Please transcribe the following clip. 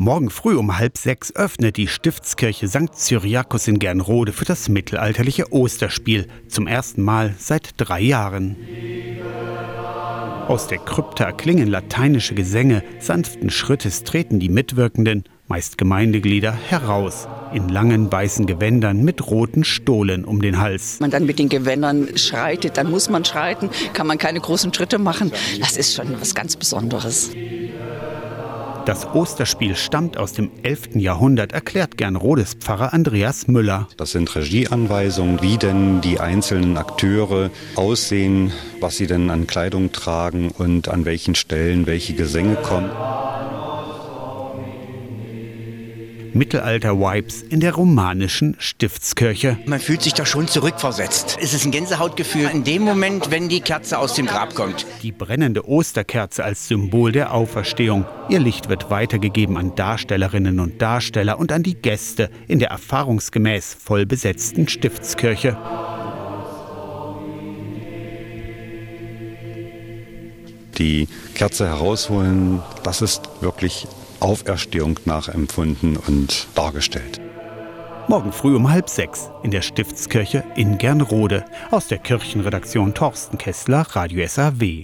Morgen früh um 5:30 öffnet die Stiftskirche St. Cyriakus in Gernrode für das mittelalterliche Osterspiel. Zum ersten Mal seit 3 Jahren. Aus der Krypta klingen lateinische Gesänge. Sanften Schrittes treten die Mitwirkenden, meist Gemeindeglieder, heraus. In langen weißen Gewändern mit roten Stolen um den Hals. Wenn man dann mit den Gewändern schreitet, dann muss man schreiten, kann man keine großen Schritte machen. Das ist schon was ganz Besonderes. Das Osterspiel stammt aus dem 11. Jahrhundert, erklärt Gernrodes Pfarrer Andreas Müller. Das sind Regieanweisungen, wie denn die einzelnen Akteure aussehen, was sie denn an Kleidung tragen und an welchen Stellen welche Gesänge kommen. Mittelalter-Vibes in der romanischen Stiftskirche. Man fühlt sich da schon zurückversetzt. Es ist ein Gänsehautgefühl in dem Moment, wenn die Kerze aus dem Grab kommt. Die brennende Osterkerze als Symbol der Auferstehung. Ihr Licht wird weitergegeben an Darstellerinnen und Darsteller und an die Gäste in der erfahrungsgemäß voll besetzten Stiftskirche. Die Kerze herausholen, das ist wirklich Auferstehung nachempfunden und dargestellt. Morgen früh um 5:30 in der Stiftskirche in Gernrode. Aus der Kirchenredaktion Thorsten Kessler, Radio SAW.